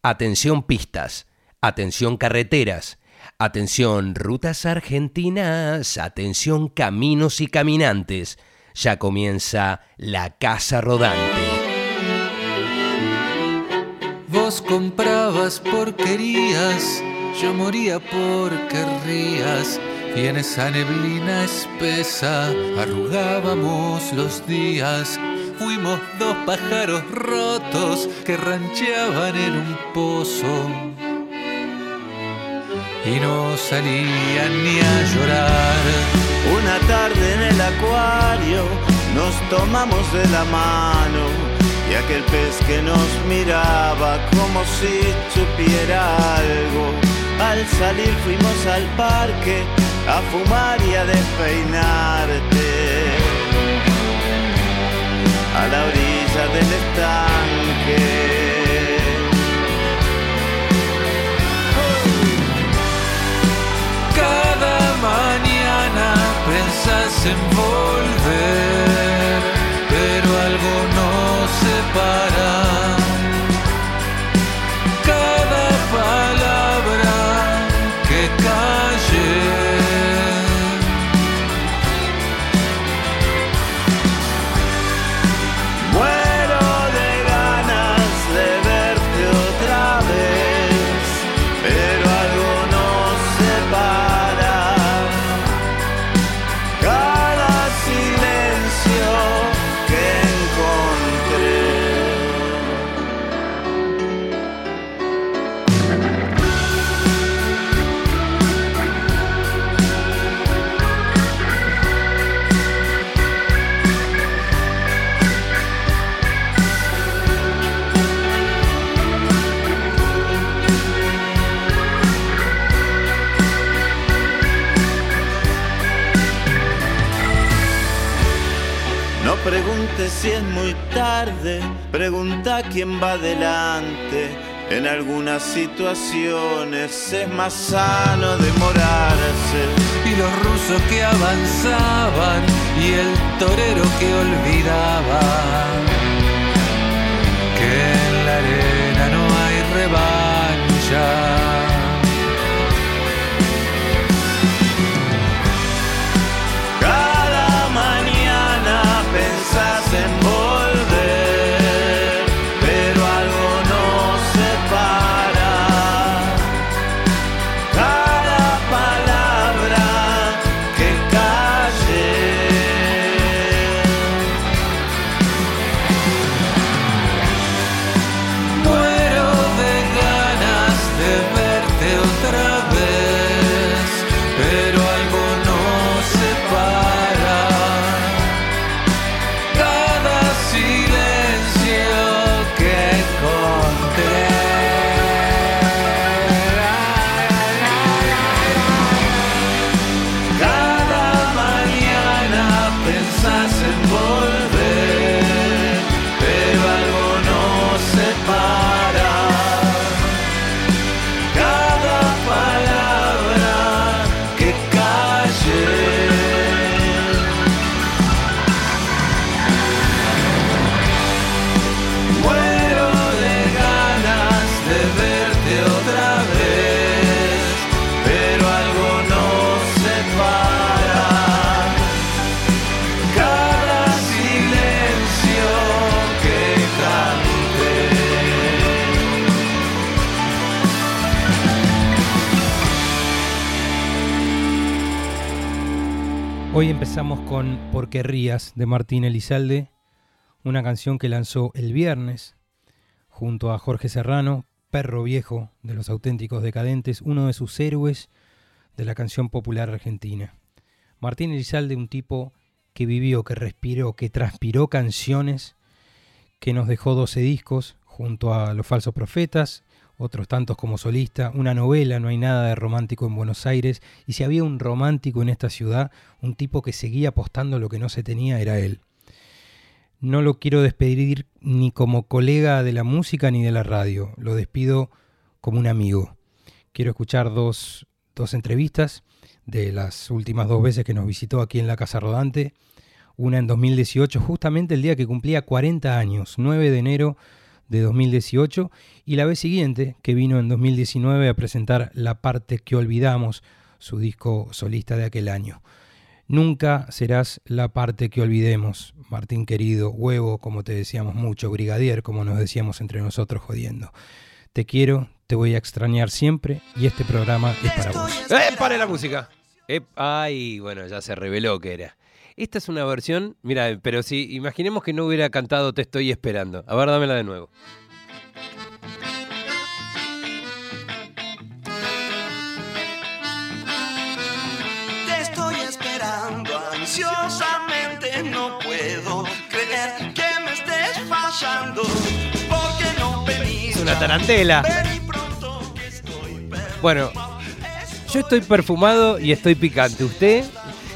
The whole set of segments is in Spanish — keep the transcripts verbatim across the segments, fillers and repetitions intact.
Atención pistas, atención carreteras, atención rutas argentinas, atención caminos y caminantes. Ya comienza La Casa Rodante. Vos comprabas porquerías, yo moría porque rías, y en esa neblina espesa arrugábamos los días. Fuimos dos pájaros rotos que rancheaban en un pozo y no salían ni a llorar. Una tarde en el acuario nos tomamos de la mano, y aquel pez que nos miraba como si supiera algo. Al salir fuimos al parque a fumar y a despeinarte a la orilla del estanque. Cada mañana pensás en volver, pero algo nos separa. Cada palabra que calle Pregunte si es muy tarde, pregunta quién va adelante. En algunas situaciones es más sano demorarse. Y los rusos que avanzaban y el torero que olvidaba que en la arena no hay revancha. Pensás en volver, pero algo nos separa. Cada palabra que calle muero de ganas de verte otra vez, pero algo nos separa. Hoy empezamos con Porque rías de Martín Elizalde, una canción que lanzó el viernes junto a Jorge Serrano, perro viejo de Los Auténticos Decadentes, uno de sus héroes de la canción popular argentina. Martín Elizalde, un tipo que vivió, que respiró, que transpiró canciones, que nos dejó doce discos junto a Los Falsos Profetas, otros tantos como solista, una novela, No hay nada de romántico en Buenos Aires, y si había un romántico en esta ciudad, un tipo que seguía apostando lo que no se tenía, era él. No lo quiero despedir ni como colega de la música ni de la radio, lo despido como un amigo. Quiero escuchar dos, dos entrevistas de las últimas dos veces que nos visitó aquí en la Casa Rodante, una en dos mil dieciocho, justamente el día que cumplía cuarenta años, nueve de enero de dos mil dieciocho, y la vez siguiente, que vino en dos mil diecinueve a presentar La parte que olvidamos, su disco solista de aquel año. Nunca serás la parte que olvidemos, Martín querido, huevo, como te decíamos mucho, brigadier, como nos decíamos entre nosotros jodiendo. Te quiero, te voy a extrañar siempre y este programa es para vos. ¡Eh, pare la música! Eh, ay, bueno, ya se reveló que era. Esta es una versión, mira, pero si imaginemos que no hubiera cantado Te estoy esperando. A ver, dámela de nuevo. Te estoy esperando ansiosamente, no puedo creer que me estés fallando, porque no venís. Es una tarantela. Ven y pronto que estoy Bueno, yo estoy perfumado y estoy picante. ¿Usted?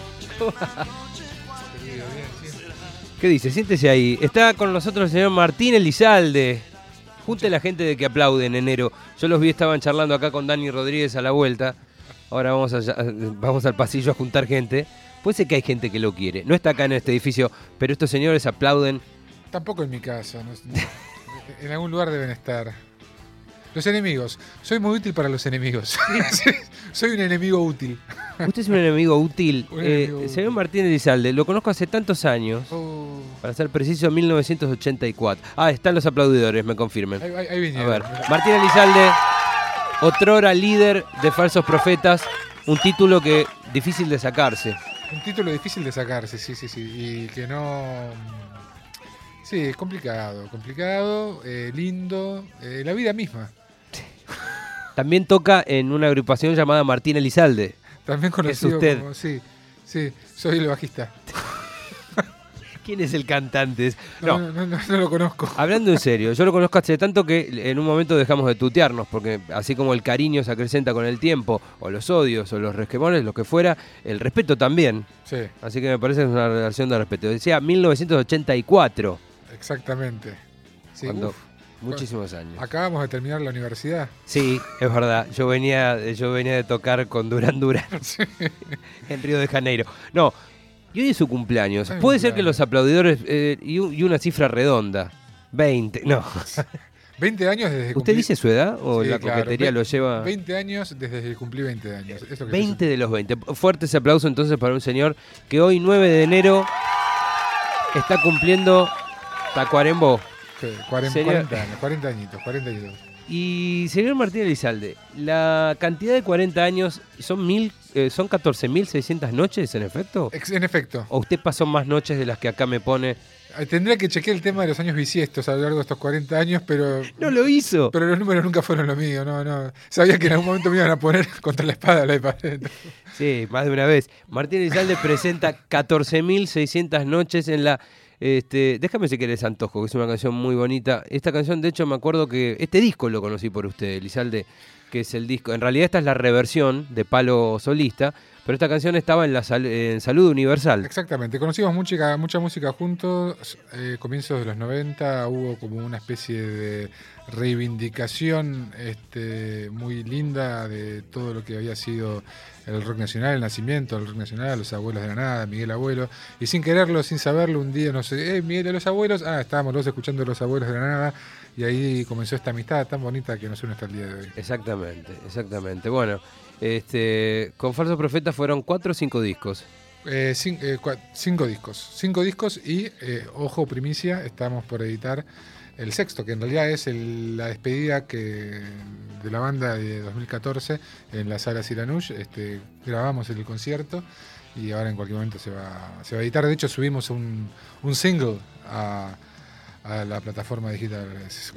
¿Qué dice? Siéntese ahí. Está con nosotros el señor Martín Elizalde. Junte la gente de que aplaude en enero. Yo los vi, estaban charlando acá con Dani Rodríguez a la vuelta. Ahora vamos, allá, vamos al pasillo a juntar gente. Puede ser que hay gente que lo quiere. No está acá en este edificio, pero estos señores aplauden. Tampoco en mi casa. No, no, en algún lugar deben estar. Los enemigos. Soy muy útil para los enemigos. Soy un enemigo útil. Usted es un enemigo útil. Un eh, enemigo útil. Señor Martín Elizalde, lo conozco hace tantos años. Oh. Para ser preciso, mil novecientos ochenta y cuatro. Ah, están los aplaudidores, me confirmen. Ahí, ahí, ahí vinieron. A ver, Martín Elizalde, otrora líder de Falsos Profetas, un título que difícil de sacarse. Un título difícil de sacarse, sí, sí, sí. Y que no... Sí, es complicado. Complicado, eh, lindo. Eh, la vida misma. También toca en una agrupación llamada Martín Elizalde. También conocido usted. como... Sí, sí, soy el bajista. ¿Quién es el cantante? No, No, no, no, no, no lo conozco. hablando en serio, yo lo conozco hace tanto que en un momento dejamos de tutearnos, porque así como el cariño se acrecenta con el tiempo, o los odios, o los resquemones, lo que fuera, el respeto también. Sí, Así que me parece que es una relación de respeto. Decía mil novecientos ochenta y cuatro, exactamente. Sí, cuando, uf. muchísimos años. Acabamos de terminar la universidad. Sí, es verdad. Yo venía, yo venía de tocar con Duran Duran Sí. en Río de Janeiro. No, y hoy es su cumpleaños. Ay, Puede ser que cumpleaños. los aplaudidores eh, y, un- y una cifra redonda. veinte. No. veinte años desde que ¿Usted cumplí- dice su edad o Sí, la claro. coquetería Ve- lo lleva? veinte años desde que cumplí veinte años. Es lo que veinte de los veinte. Fuerte ese aplauso entonces para un señor que hoy, nueve de enero, está cumpliendo Tacuarembó. Sí, cuarenta, Señor- cuarenta años, cuarenta añitos, cuarenta añitos. Y señor Martín Elizalde, la cantidad de cuarenta años son mil, eh, son catorce mil seiscientas noches, en efecto. Ex- En efecto, ¿O usted pasó más noches de las que acá me pone? eh, tendría que chequear el tema de los años bisiestos a lo largo de estos cuarenta años, pero, No lo hizo. pero los números nunca fueron lo mío, no, no. Sabía que en algún momento me iban a poner contra la espada la de pared. Sí, más de una vez. Martín Elizalde presenta catorce mil seiscientas noches en la... Este, déjame si querés Antojo, que es una canción muy bonita. Esta canción, de hecho, me acuerdo que... Este disco lo conocí por usted, Elizalde, que es el disco... En realidad esta es la reversión de Palo Solista, pero esta canción estaba en, la sal- en Salud Universal. Exactamente, conocimos mucha, mucha música juntos, eh, comienzos de los noventa, hubo como una especie de reivindicación este, muy linda de todo lo que había sido el rock nacional, el nacimiento del rock nacional, los abuelos de la nada, Miguel Abuelo, y sin quererlo, sin saberlo, un día, no sé, eh, Miguel de los abuelos, ah, estábamos los dos escuchando los abuelos de la nada, y ahí comenzó esta amistad tan bonita que nos une hasta el día de hoy. Exactamente, exactamente. Bueno, este, con Falso Profeta fueron cuatro o cinco discos. Eh, cin- eh, cua- cinco discos, cinco discos y, eh, ojo, primicia, estamos por editar el sexto, que en realidad es el- la despedida que de la banda de dos mil catorce en la sala Siranush. Este, grabamos el concierto y ahora en cualquier momento se va, se va a editar. De hecho, subimos un, un single a, a la plataforma digital.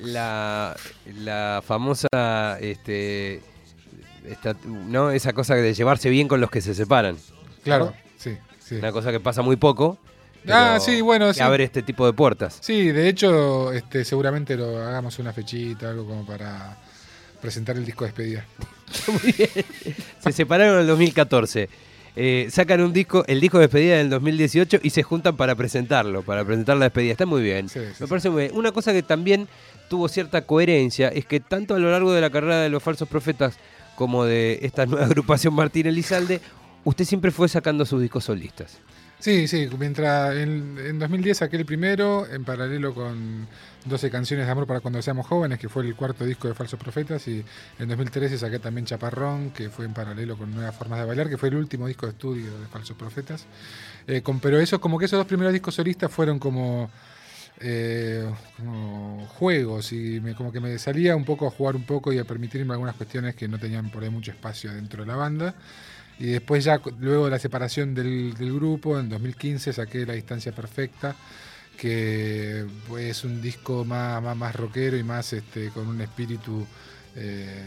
La, la famosa, este, esta- ¿no? Esa cosa de llevarse bien con los que se separan. Claro, ¿no? sí, sí. Una cosa que pasa muy poco. Ah, pero sí, bueno, que sí. abre este tipo de puertas. Sí, de hecho, este, seguramente lo hagamos una fechita, algo como para presentar el disco de despedida. Muy bien. Se separaron en el dos mil catorce. Eh, sacan un disco, el disco de despedida del dos mil dieciocho y se juntan para presentarlo, para presentar la despedida. Está muy bien. Sí, sí, Me sí. parece muy bien. Una cosa que también tuvo cierta coherencia es que tanto a lo largo de la carrera de los Falsos Profetas como de esta nueva agrupación Martín Elizalde, usted siempre fue sacando sus discos solistas. Sí, sí, mientras en, en dos mil diez saqué el primero, en paralelo con doce canciones de amor para cuando seamos jóvenes, que fue el cuarto disco de Falsos Profetas, y en dos mil trece saqué también Chaparrón, que fue en paralelo con Nuevas Formas de Bailar, que fue el último disco de estudio de Falsos Profetas. Eh, con, pero eso, como que esos dos primeros discos solistas fueron como, eh, como juegos, y me, como que me salía un poco a jugar un poco y a permitirme algunas cuestiones que no tenían por ahí mucho espacio dentro de la banda. Y después ya, luego de la separación del, del grupo, en dos mil quince saqué La Distancia Perfecta, que pues, es un disco más, más, más rockero y más este, con un espíritu eh,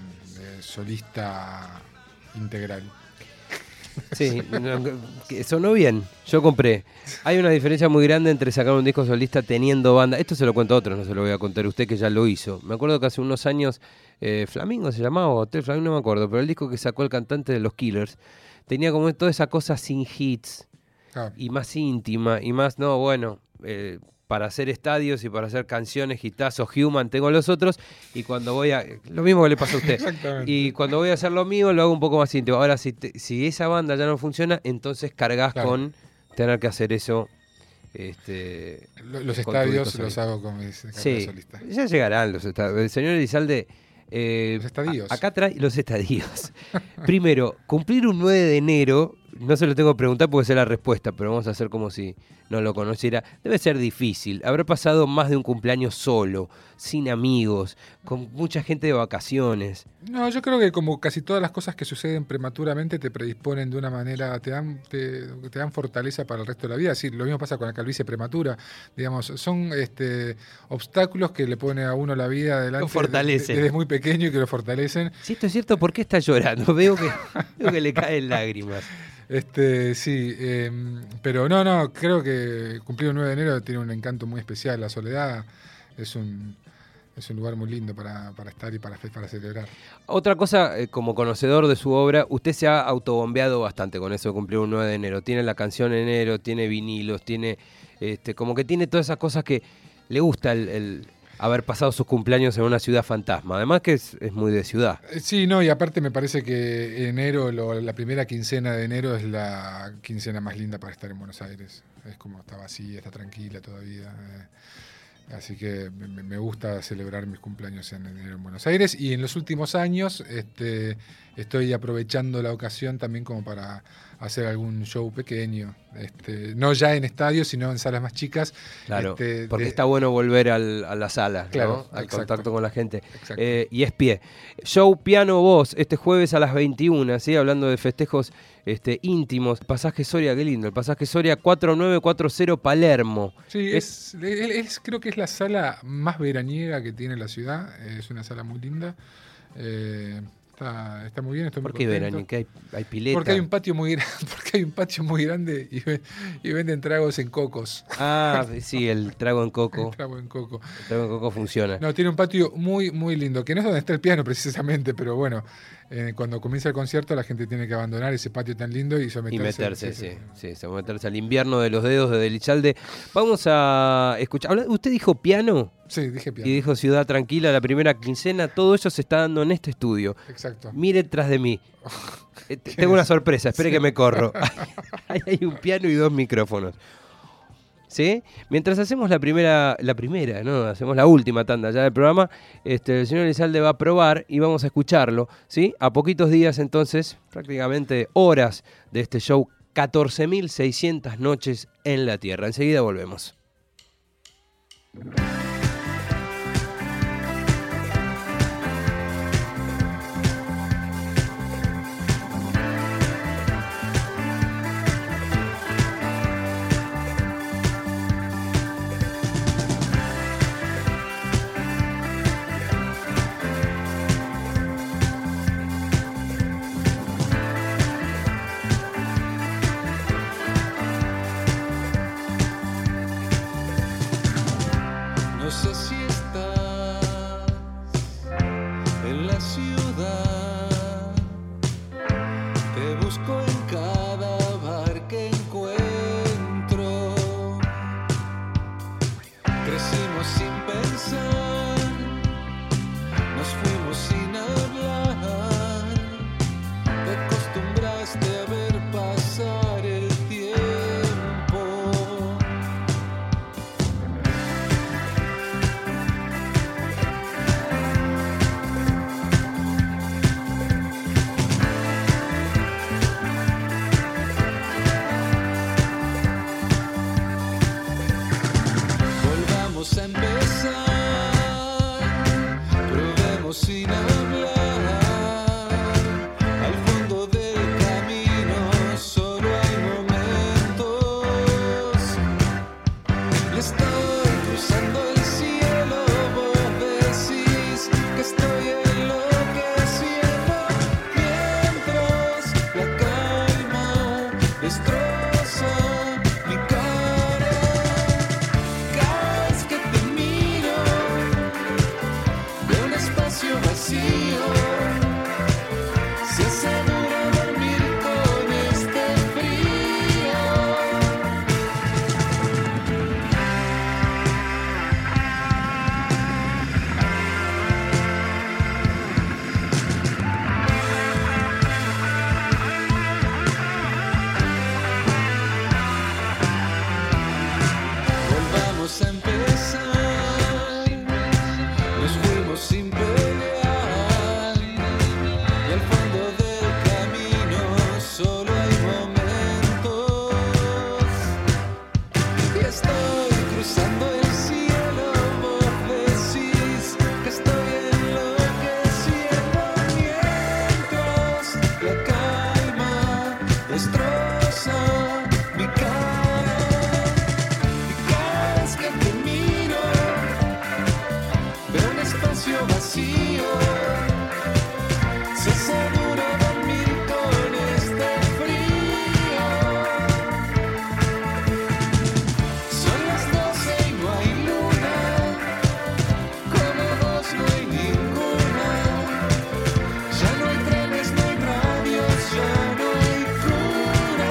solista integral. Sí, no, que sonó bien, yo compré. Hay una diferencia muy grande entre sacar un disco solista teniendo banda. Esto se lo cuento a otros, no se lo voy a contar a usted que ya lo hizo. Me acuerdo que hace unos años, eh, Flamingo se llamaba, o Hotel Flamingo, no me acuerdo, pero el disco que sacó el cantante de los Killers tenía como toda esa cosa sin hits, ah. y más íntima, y más, no, bueno, eh, para hacer estadios y para hacer canciones, hitazos, Human, tengo los otros, y cuando voy a... Lo mismo que le pasa a usted. Exactamente. Y cuando voy a hacer lo mío, lo hago un poco más íntimo. Ahora, si, te, si esa banda ya no funciona, entonces cargas claro. con tener que hacer eso. Este, los estadios los hago con mis sí, solistas. Ya llegarán los estadios. El señor Elizalde... Eh, los estadios. A, acá trae los estadios. Primero, cumplir un nueve de enero... No se lo tengo que preguntar porque sé la respuesta, pero vamos a hacer como si no lo conociera. Debe ser difícil. Habrá pasado más de un cumpleaños solo, sin amigos, con mucha gente de vacaciones. No, yo creo que como casi todas las cosas que suceden prematuramente te predisponen de una manera, te dan, te, te dan fortaleza para el resto de la vida. Sí, lo mismo pasa con la calvicie prematura. Digamos, son este, obstáculos que le pone a uno la vida adelante. Lo fortalecen. Desde muy pequeño y que lo fortalecen. Si esto es cierto, ¿por qué está llorando? Veo que, veo que le caen lágrimas. Este, sí, eh, pero no, no, creo que cumplir un nueve de enero tiene un encanto muy especial. La Soledad es un, es un lugar muy lindo para, para estar y para, para celebrar. Otra cosa, eh, como conocedor de su obra, usted se ha autobombeado bastante con eso de cumplir un nueve de enero. Tiene la canción enero, tiene vinilos, tiene, este, como que tiene todas esas cosas que le gusta el... el haber pasado sus cumpleaños en una ciudad fantasma. Además que es, es muy de ciudad. Sí, no, y aparte me parece que enero, lo, la primera quincena de enero es la quincena más linda para estar en Buenos Aires. Es como está vacía, está tranquila todavía. Eh, así que me, me gusta celebrar mis cumpleaños en enero en Buenos Aires. Y en los últimos años este, estoy aprovechando la ocasión también como para hacer algún show pequeño, este, no ya en estadios, sino en salas más chicas. Claro, este, porque de... está bueno volver al, a la sala, claro, ¿no? Al exacto. contacto con la gente. Eh, y es pie. Show Piano Voz, este jueves a las veintiuna, ¿sí? Hablando de festejos este, íntimos. Pasaje Soria, qué lindo. El Pasaje Soria cuatro nueve cuatro cero Palermo. Sí, es, es, es, creo que es la sala más veraniega que tiene la ciudad. Es una sala muy linda. Eh, Está, está muy bien, estoy muy ¿Por qué verano? ¿Que hay, hay pileta? Porque hay un patio muy grande, porque hay un patio muy grande y, y venden tragos en cocos. Ah, sí, el trago en coco. El trago en coco. El trago en coco funciona. No, tiene un patio muy, muy lindo, que no es donde está el piano precisamente, pero bueno, eh, cuando comienza el concierto la gente tiene que abandonar ese patio tan lindo y someterse. Y meterse, sí, sí, sí, sí, someterse al invierno de los dedos de Elizalde. Vamos a escuchar. ¿Usted dijo piano? Sí, dije piano. Y dijo Ciudad Tranquila, la primera quincena. Todo eso se está dando en este estudio. Exacto. Mire tras de mí. Tengo una sorpresa, espere sí. que me corro. Ahí hay un piano y dos micrófonos. ¿Sí? Mientras hacemos la primera, la primera, no, hacemos la última tanda ya del programa, este, el señor Elizalde va a probar y vamos a escucharlo, ¿sí? A poquitos días entonces, prácticamente horas de este show, catorce mil seiscientas noches en la Tierra. Enseguida volvemos. No sé si estás en la ciudad, te busco en cada bar que encuentro. Crecimos sin pensar, nos fuimos sin hablar, te acostumbraste a ver pasar el tiempo. sin hablar. Al fondo del camino solo hay momentos. Y estoy cruzando el cielo, vos decís que estoy enloqueciendo. Mientras la calma destroza mi cara. Cada vez que te miro, veo un espacio vacío. Se hace duro dormir con este frío. Volvamos a empezar. Nos fuimos sin pelear. Y al fondo del camino solo hay momentos. Y estoy cruzando el cielo, vos decís que estoy enloqueciendo. Mientras la calma destroza mi cara. Y cada vez que te miro, veo un espacio vacío. Se hace duro dormir con este frío. Son las doce y no hay luna. Como vos no hay ninguna. Ya no hay trenes, no hay radios, ya no hay cura.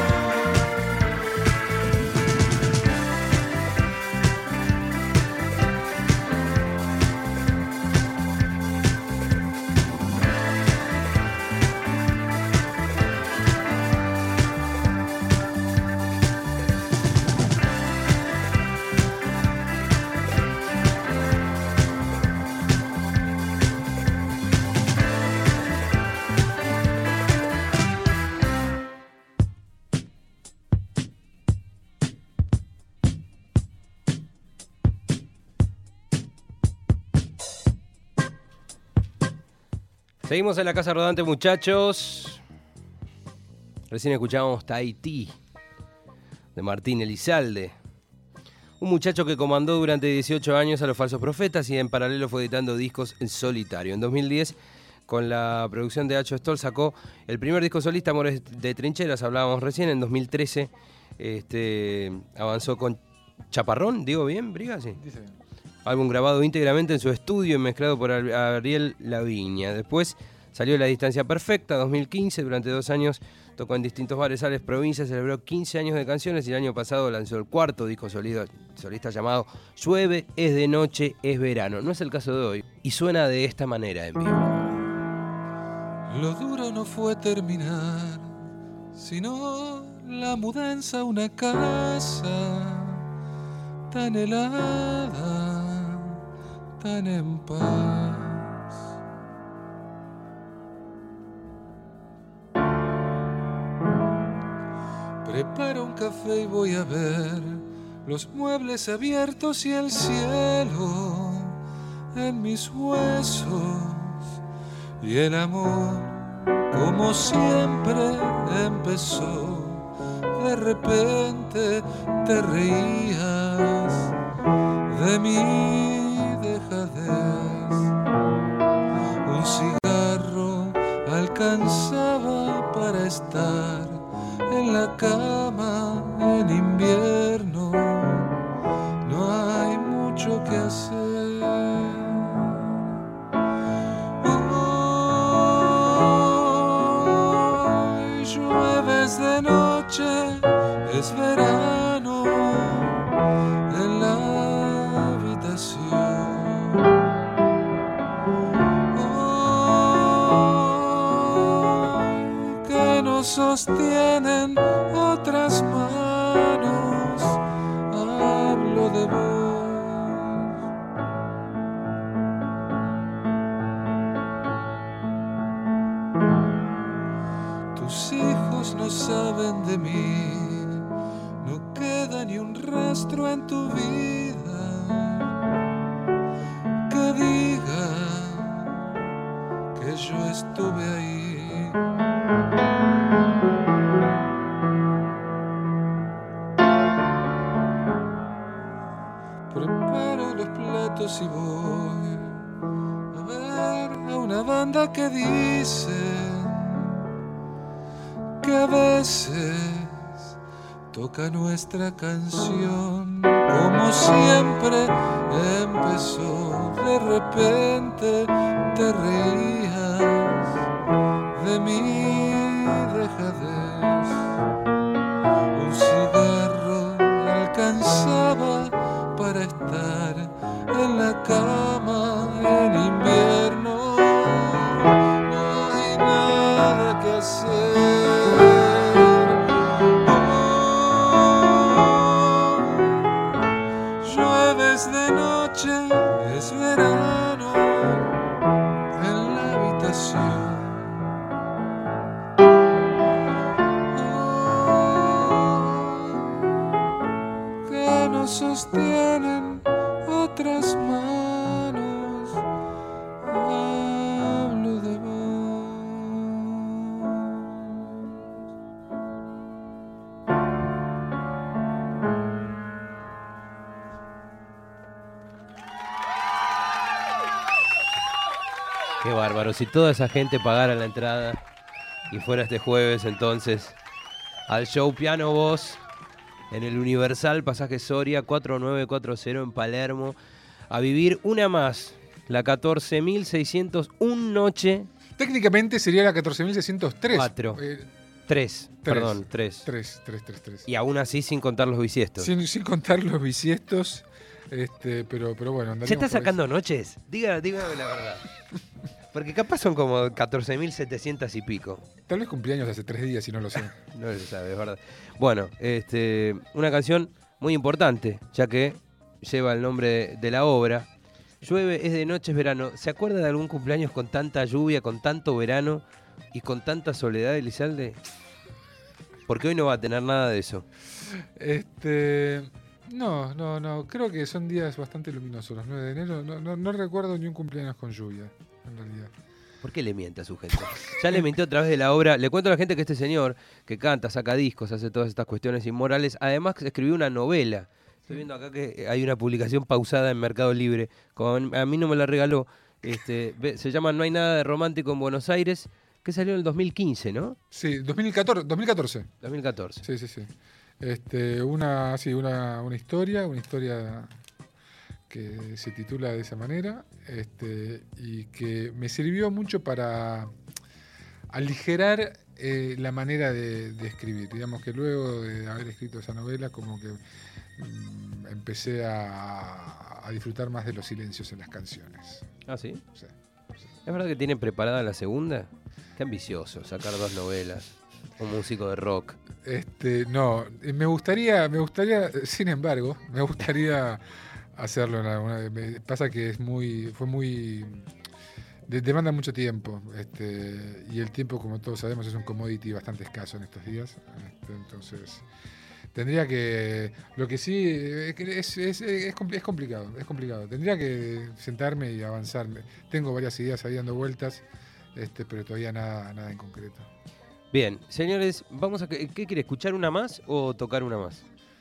Seguimos en la Casa Rodante, muchachos. Recién escuchábamos Tahití, de Martín Elizalde. Un muchacho que comandó durante dieciocho años a los Falsos Profetas y en paralelo fue editando discos en solitario. En dos mil diez, con la producción de Acho Stoll, sacó el primer disco solista, Amores de Trincheras, hablábamos recién. En dos mil trece este, avanzó con Chaparrón, ¿digo bien, Briga? Sí. Dice bien. Álbum grabado íntegramente en su estudio y mezclado por Ariel Laviña. Después salió La Distancia Perfecta, dos mil quince. Durante dos años tocó en distintos bares, sales, provincias, celebró quince años de canciones y el año pasado lanzó el cuarto disco solista, solista llamado Llueve, es de noche, es verano. No es el caso de hoy y suena de esta manera en vivo. Lo duro no fue terminar, sino la mudanza a una casa tan helada, tan en paz. Preparo un café y voy a ver los muebles abiertos y el cielo en mis huesos. Y el amor, como siempre, empezó. De repente te reías de mi dejadez. Un cigarro alcanzaba para estar en la cama en invierno. No hay mucho que hacer. Hoy llueves de noche, es verano en la habitación. Hoy que nos sostienen otras manos, hablo de vos. Tus hijos no saben de mí, no queda ni un rastro en tu vida que diga que yo estuve ahí. Preparo los platos y voy a ver a una banda que dice que a veces toca nuestra canción como siempre empezó. De repente te reías de mi dejadez. Un cigarro alcanzaba para estar en la cama en invierno. No hay nada que hacer. De noche es verano en la habitación. Oh, que nos sostienen otras manos. Hablo de vos. Qué bárbaro, si toda esa gente pagara la entrada y fuera este jueves entonces al show Piano Voz en el Universal Pasaje Soria cuatro nueve cuatro cero en Palermo a vivir una más, la catorce mil seiscientos uno noche. Técnicamente sería la catorce mil seiscientos tres. Cuatro. Eh, Tres, perdón, tres. Tres, tres, tres, tres. Y aún así sin contar los bisiestos. Sin, sin contar los bisiestos, este, pero, pero bueno. ¿Se está andaríamos por sacando eso. noches? Diga, dígame la verdad. Porque capaz son como catorce mil setecientos y pico. Tal vez cumpleaños hace tres días y no lo sé. No se sabe, es verdad. Bueno, este, una canción muy importante, ya que lleva el nombre de, de la obra. Llueve, es de noche, es verano. ¿Se acuerda de algún cumpleaños con tanta lluvia, con tanto verano y con tanta soledad, Elizalde? Porque hoy no va a tener nada de eso. Este, no, no, no. Creo que son días bastante luminosos. Los nueve de enero. No, no, no recuerdo ni un cumpleaños con lluvia, en realidad. ¿Por qué le miente a su gente? Ya le mintió a través de la obra. Le cuento a la gente que este señor, que canta, saca discos, hace todas estas cuestiones inmorales, además escribió una novela. Estoy viendo acá que hay una publicación pausada en Mercado Libre. Como a mí no me la regaló. Este, ve- se llama No hay nada de romántico en Buenos Aires, que salió en el dos mil quince, ¿no? Sí, dos mil catorce. dos mil catorce. dos mil catorce. Sí, sí, sí. Este, una, sí, una, una historia, una historia que se titula de esa manera, este, y que me sirvió mucho para aligerar eh, la manera de, de escribir. Digamos que luego de haber escrito esa novela, como que mm, empecé a, a disfrutar más de los silencios en las canciones. Ah, ¿sí? Sí, sí. ¿Es verdad que tiene preparada la segunda? Qué ambicioso, sacar dos novelas. Un músico de rock. Este, no, eh, me gustaría, me gustaría, eh, sin embargo, me gustaría hacerlo en alguna, me pasa que es muy, fue muy, de- demanda mucho tiempo, este, y el tiempo, como todos sabemos, es un commodity bastante escaso en estos días, este, entonces tendría que, lo que sí, eh, que es, es, es, compli- es complicado, es complicado, tendría que sentarme y avanzar, tengo varias ideas ahí dando vueltas, este, pero todavía nada, nada en concreto. Bien, señores, vamos a ¿qué quiere? ¿Escuchar una más o tocar una más?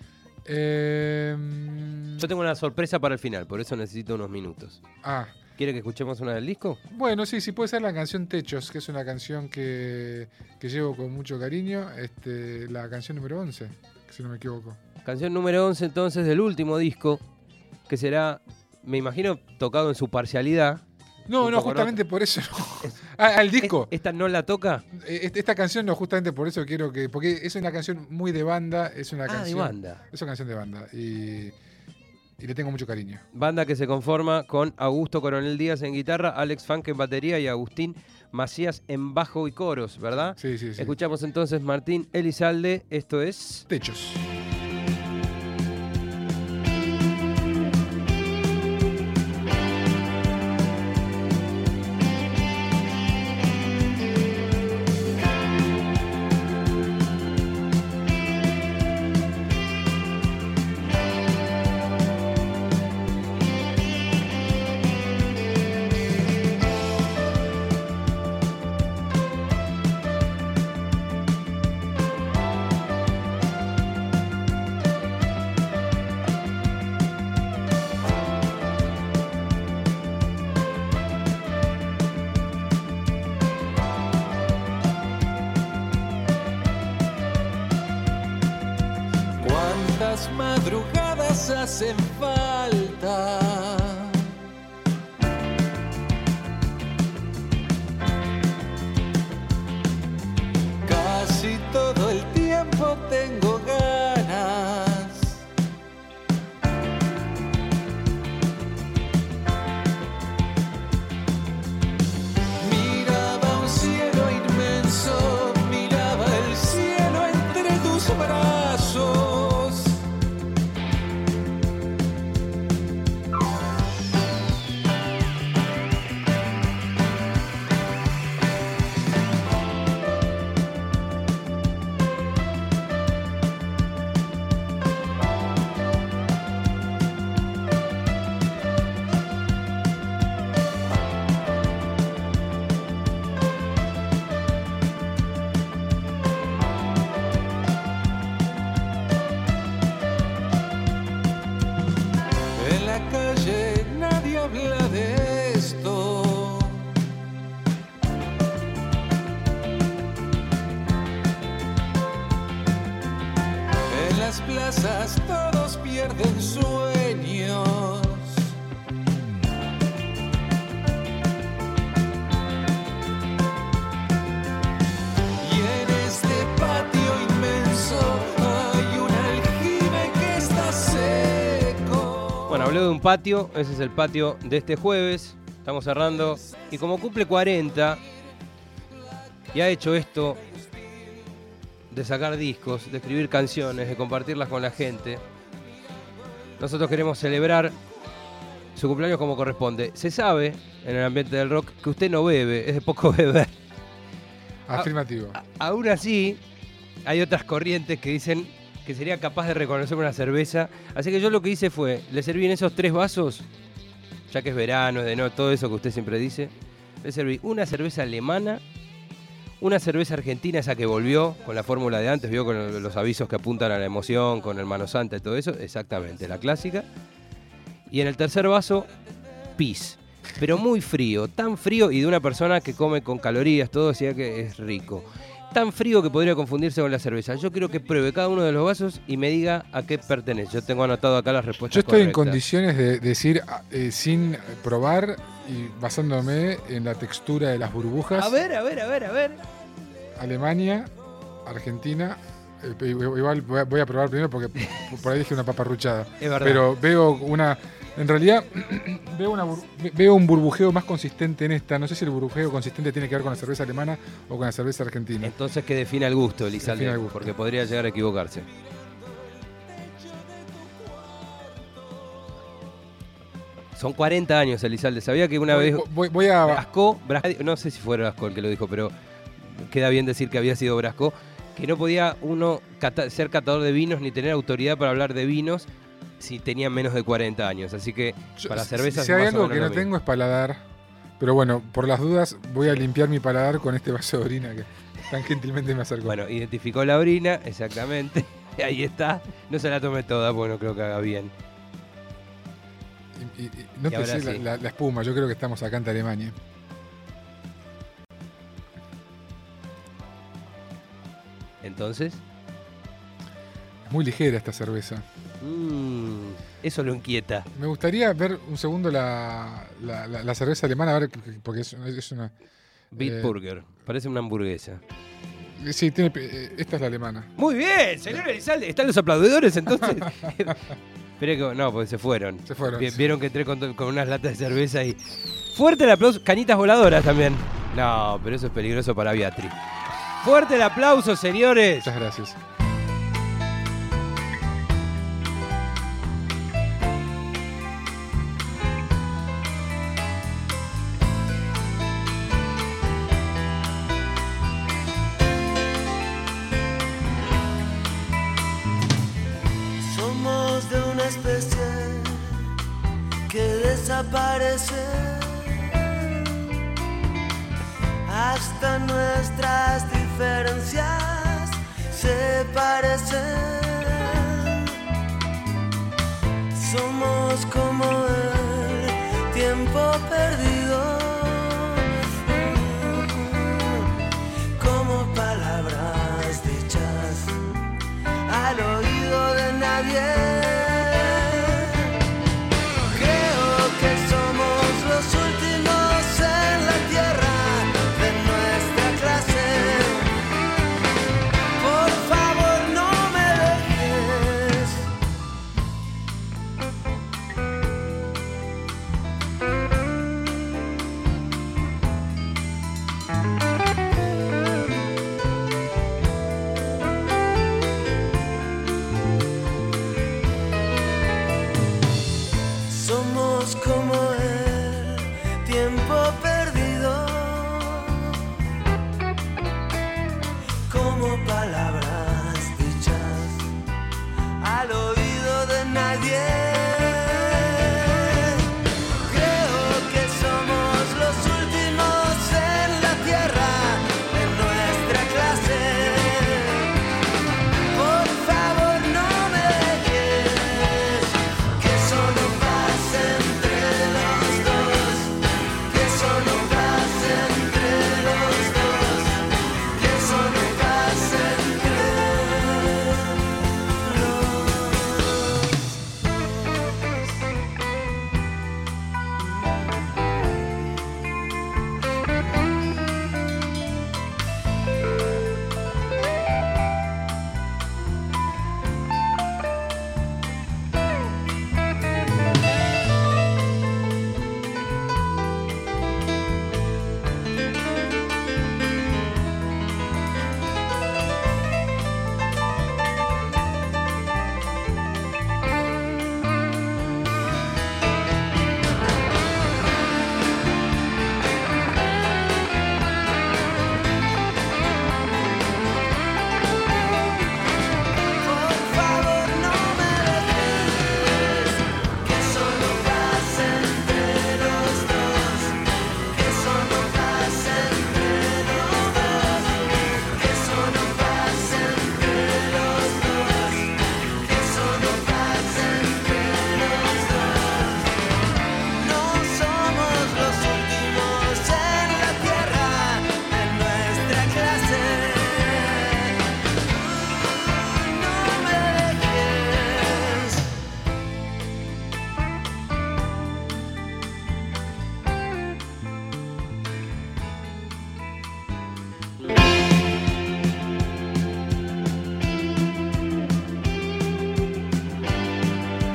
Eh, Yo tengo una sorpresa para el final, por eso necesito unos minutos. ah, ¿Quiere que escuchemos una del disco? bueno, sí, sí, puede ser la canción Techos, que es una canción que, que llevo con mucho cariño, este, la canción número once, si no me equivoco. Canción número once entonces del último disco, que será, me imagino, tocado en su parcialidad. No, Un no, poco justamente por eso no. Ah, al disco. ¿Esta no la toca? Eh, Esta canción no, justamente por eso quiero que, porque es una canción muy de banda, es una Ah, de canción... banda. Es una canción de banda y, y le tengo mucho cariño. Banda que se conforma con Augusto Coronel Díaz en guitarra, Alex Funk en batería y Agustín Macías en bajo y coros, ¿verdad? Sí, sí, sí. Escuchamos entonces Martín Elizalde, esto es... Techos. las madrugadas hacen falta. Casi todo el tiempo tengo ganas. Miraba un cielo inmenso, miraba el cielo entre tus brazos. En la calle nadie habla de esto. En las plazas todos pierden sueños. Y en este patio inmenso hay un aljibe que está seco. Bueno, hablé de un patio, ese es el patio de este jueves, estamos cerrando, y como cumple cuarenta, y ha hecho esto de sacar discos, de escribir canciones, de compartirlas con la gente, nosotros queremos celebrar su cumpleaños como corresponde. Se sabe, en el ambiente del rock, que usted no bebe, es de poco beber. Afirmativo. A- aún así, hay otras corrientes que dicen que sería capaz de reconocer una cerveza. Así que yo lo que hice fue, le serví en esos tres vasos, ya que es verano, de no, todo eso que usted siempre dice, le serví una cerveza alemana, una cerveza argentina, esa que volvió con la fórmula de antes, vio con los avisos que apuntan a la emoción, con el mano santa y todo eso, exactamente, la clásica. Y en el tercer vaso, pis. Pero muy frío, tan frío, y de una persona que come con calorías, todo, decía que es rico. Tan frío que podría confundirse con la cerveza. Yo quiero que pruebe cada uno de los vasos y me diga a qué pertenece. Yo tengo anotado acá las respuestas Yo estoy en correctas. condiciones de decir, eh, sin probar y basándome en la textura de las burbujas, A ver, a ver, a ver, a ver. Alemania, Argentina. eh, igual voy a, voy a probar primero porque por ahí dije una paparruchada. Es verdad. Pero veo una. En realidad, veo, una, bur- veo un burbujeo más consistente en esta. No sé si el burbujeo consistente tiene que ver con la cerveza alemana o con la cerveza argentina. Entonces que defina el gusto, Elizalde, Defina el gusto. porque podría llegar a equivocarse. Son cuarenta años, Elizalde. Sabía que una Voy, vez voy- voy a. Brasco, Bras- no sé si fue Brasco el que lo dijo, pero queda bien decir que había sido Brasco, que no podía uno cata- ser catador de vinos ni tener autoridad para hablar de vinos si tenía menos de cuarenta años. Así que yo- para si- cervezas Si hay más o algo menos que lo no mismo. tengo es paladar. Pero bueno, por las dudas, voy a limpiar mi paladar con este vaso de orina que tan gentilmente me acercó. Bueno, identificó la orina, exactamente. Ahí está. No se la tome toda, porque no creo que haga bien. Y, y- y no Y te ahora sé la, sí. la- la espuma, yo creo que estamos acá en Alemania. Entonces, Es muy ligera esta cerveza. mmm, eso lo inquieta. Me gustaría ver un segundo la, la- la- la cerveza alemana, a ver, porque es, es una. Bitburger, parece una hamburguesa. Sí, tiene, eh, esta es la alemana. Muy bien, señor Elizalde. ¿Están los aplaudidores entonces? Esperé que no, porque se fueron. Se fueron, Vi- sí. Vieron que entré con, to- con unas latas de cerveza y. Fuerte el aplauso. Cañitas voladoras también. No, pero eso es peligroso para Beatriz. Fuerte el aplauso, señores. Muchas gracias. Somos de una especie que desaparece. Hasta nuestras diferencias se parecen. Somos como el tiempo perdido, como palabras dichas al oído de nadie.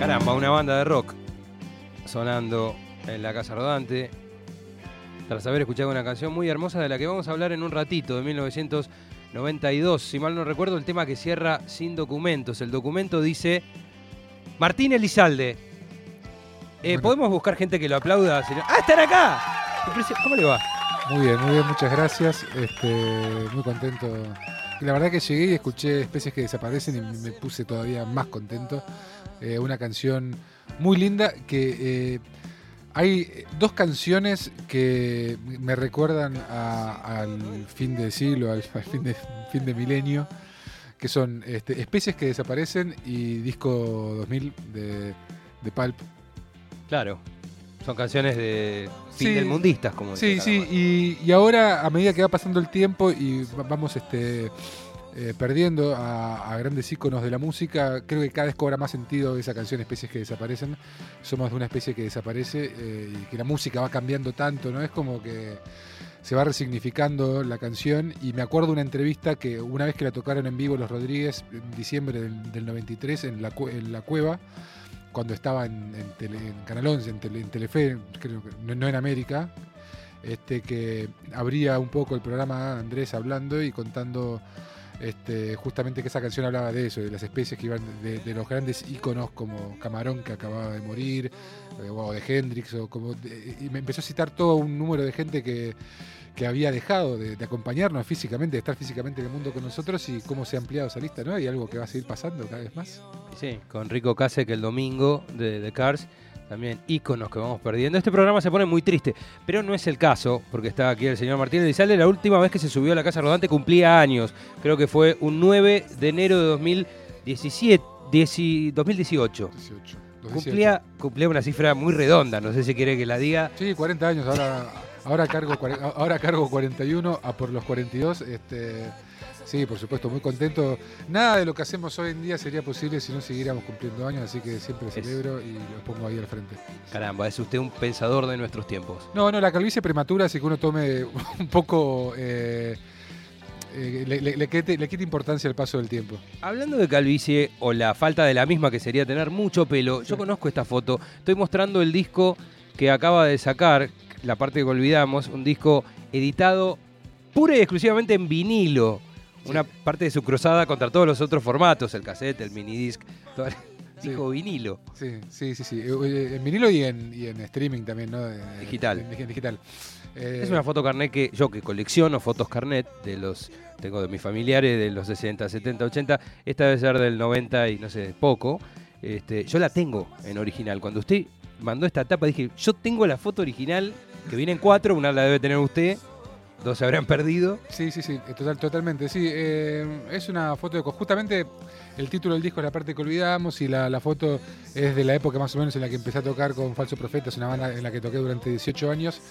Caramba, una banda de rock sonando en la Casa Rodante. Tras haber escuchado una canción muy hermosa de la que vamos a hablar en un ratito, de mil novecientos noventa y dos. Si mal no recuerdo, el tema que cierra Sin Documentos. El documento dice Martín Elizalde. Eh, Bueno. ¿Podemos buscar gente que lo aplauda? señor? ¡Ah, están acá! ¿Cómo le va? Muy bien, muy bien, muchas gracias. Este, muy contento. Y la verdad que llegué y escuché Especies que desaparecen y me puse todavía más contento. Eh, una canción muy linda que eh, hay dos canciones que me recuerdan a- al fin de siglo, al, al fin, de, fin de milenio, que son este, Especies que desaparecen y Disco dos mil de, de Pulp. Claro, son canciones de fin Sí. del mundistas, como Sí, dice sí, Calamaro. y, y ahora a medida que va pasando el tiempo y va- vamos este, eh, perdiendo a, a grandes íconos de la música, creo que cada vez cobra más sentido esa canción Especies que desaparecen. Somos de una especie que desaparece eh, y que la música va cambiando tanto, ¿no? Es como que se va resignificando la canción y me acuerdo una entrevista que una vez que la tocaron en vivo los Rodríguez en diciembre del, del noventa y tres en la, cue- en la Cueva, cuando estaba en, en, tele- en Canal once, en, tele- en Telefe, creo que no, no en América, este, que abría un poco el programa Andrés hablando y contando este, justamente que esa canción hablaba de eso, de las especies que iban, de, de los grandes íconos como Camarón, que acababa de morir, eh, o de Hendrix, o como de- y me empezó a citar todo un número de gente que, que había dejado de, de acompañarnos físicamente, de estar físicamente en el mundo con nosotros y cómo se ha ampliado esa lista, ¿no? Y algo que va a seguir pasando cada vez más. Sí, con Rico Kasek el domingo de The Cars, también íconos que vamos perdiendo. Este programa se pone muy triste, pero no es el caso, porque está aquí el señor Martín Elizalde. La última vez que se subió a la Casa Rodante cumplía años, creo que fue un nueve de enero de dos mil diecisiete, dieci- dos mil dieciocho. dieciocho. Los Cumplía, cumplía una cifra muy redonda, no sé si quiere que la diga. Sí, cuarenta años, ahora, ahora, cargo, cuare- ahora cargo cuarenta y uno a por los cuarenta y dos. Este, sí, por supuesto, muy contento. Nada de lo que hacemos hoy en día sería posible si no siguiéramos cumpliendo años, así que siempre celebro y lo pongo ahí al frente. Caramba, es usted un pensador de nuestros tiempos. No, no, la calvicie prematura hace que uno tome un poco... eh, eh, le, le- le quite, le quite importancia al paso del tiempo. Hablando de calvicie o la falta de la misma, que sería tener mucho pelo, Sí. yo conozco esta foto. Estoy mostrando el disco que acaba de sacar, la parte que olvidamos, un disco editado pura y exclusivamente en vinilo. Sí. Una parte de su cruzada contra todos los otros formatos, el cassette, el minidisc, todo el Sí. disco vinilo. Sí, sí, sí, sí. Eh, En vinilo y en, y en streaming también, ¿no? De- Digital. en- en digital. Eh, Es una foto carnet que yo que colecciono fotos carnet de los, tengo de mis familiares de los sesenta, setenta, ochenta, esta debe ser del noventa y no sé, poco. Este, yo la tengo en original. Cuando usted mandó esta tapa dije, yo tengo la foto original, que viene en cuatro, una la debe tener usted, dos se habrán perdido. Sí, sí, sí, total, totalmente. Sí, eh, es una foto de. Justamente el título del disco es la parte que olvidamos y la, la foto es de la época más o menos en la que empecé a tocar con Falso Profeta, es una banda en la que toqué durante dieciocho años.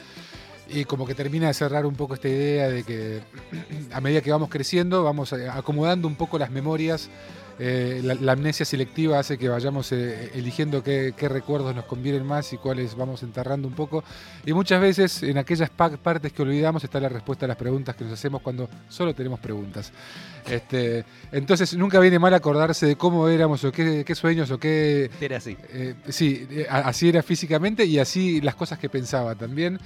Y como que termina de cerrar un poco esta idea de que a medida que vamos creciendo, vamos eh, acomodando un poco las memorias. Eh, la, la amnesia selectiva hace que vayamos eh, eligiendo qué, qué recuerdos nos convienen más y cuáles vamos enterrando un poco. Y muchas veces en aquellas pa- partes que olvidamos está la respuesta a las preguntas que nos hacemos cuando solo tenemos preguntas. Este, entonces nunca viene mal acordarse de cómo éramos o qué, qué sueños o qué... Era así. eh, sí, eh, a- así era físicamente y así las cosas que pensaba también.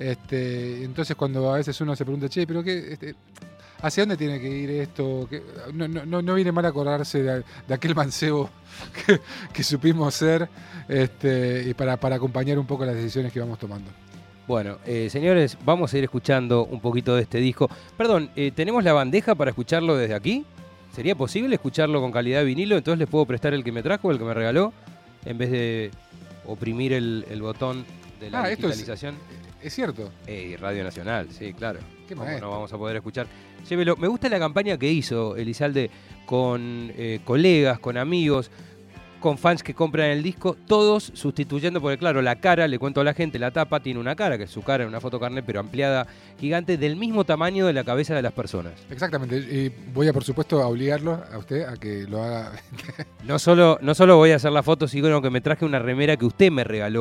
Este, entonces cuando a veces uno se pregunta, che, pero qué... Este, ¿hacia dónde tiene que ir esto? Que- No, no, no, no viene mal acordarse de, de aquel mancebo que, que supimos ser este, y para, para acompañar un poco las decisiones que vamos tomando. Bueno, eh, señores, vamos a ir escuchando un poquito de este disco. Perdón, eh, ¿tenemos la bandeja para escucharlo desde aquí? ¿Sería posible escucharlo con calidad de vinilo? Entonces les puedo prestar el que me trajo, el que me regaló, en vez de oprimir el, el botón de la Ah, esto es- digitalización. Es cierto. Eh, Radio Nacional, sí, claro. Qué ¿Cómo maestro. no vamos a poder escuchar? Llévelo. Me gusta la campaña que hizo Elizalde con eh, colegas, con amigos, con fans que compran el disco, todos sustituyendo, porque claro, la cara, le cuento a la gente, la tapa tiene una cara, que es su cara en una foto carnet, pero ampliada, gigante, del mismo tamaño de la cabeza de las personas. Exactamente. Y voy a, por supuesto, a obligarlo a usted a que lo haga. No solo, no solo voy a hacer la foto, sino que me traje una remera que usted me regaló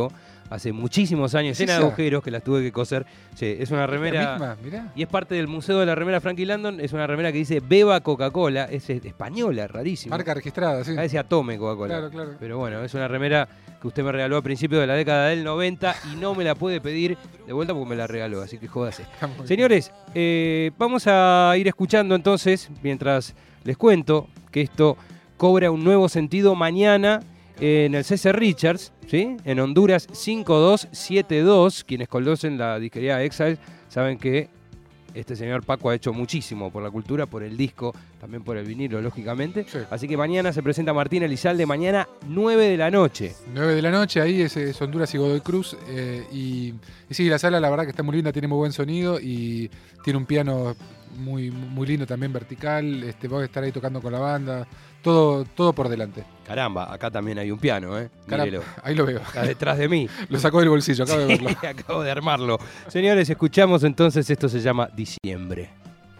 hace muchísimos años, ¿Es llena de esa? agujeros que las tuve que coser. Sí, es una remera. ¿La misma? Mirá. Y es parte del Museo de la Remera Frankie Landon. Es una remera que dice Beba Coca-Cola. Es eh, española, rarísimo. Marca registrada, sí. Acá decía Tome Coca-Cola. Claro, claro. Pero bueno, es una remera que usted me regaló a principios de la década del noventa y no me la puede pedir de vuelta porque me la regaló. Así que jódase. Está muy bien. Señores, eh, vamos a ir escuchando entonces, mientras les cuento que esto cobra un nuevo sentido mañana en el César Richards, ¿sí? En Honduras cinco dos siete dos. Quienes conocen la disquería Exile saben que este señor Paco ha hecho muchísimo por la cultura, por el disco, también por el vinilo, lógicamente. Sí. Así que mañana se presenta Martín Elizalde, mañana nueve de la noche. nueve de la noche, ahí es, es Honduras y Godoy Cruz. eh, y, y sí, la sala la verdad que está muy linda, tiene muy buen sonido y tiene un piano muy, muy lindo también, vertical. Este, va a estar ahí tocando con la banda. Todo, todo por delante. Caramba, acá también hay un piano, ¿eh? Caramba, Mírelo. ahí lo veo. Está detrás de mí. Lo sacó del bolsillo, acabo de verlo. Acabo de armarlo. Señores, escuchamos entonces, esto se llama Diciembre.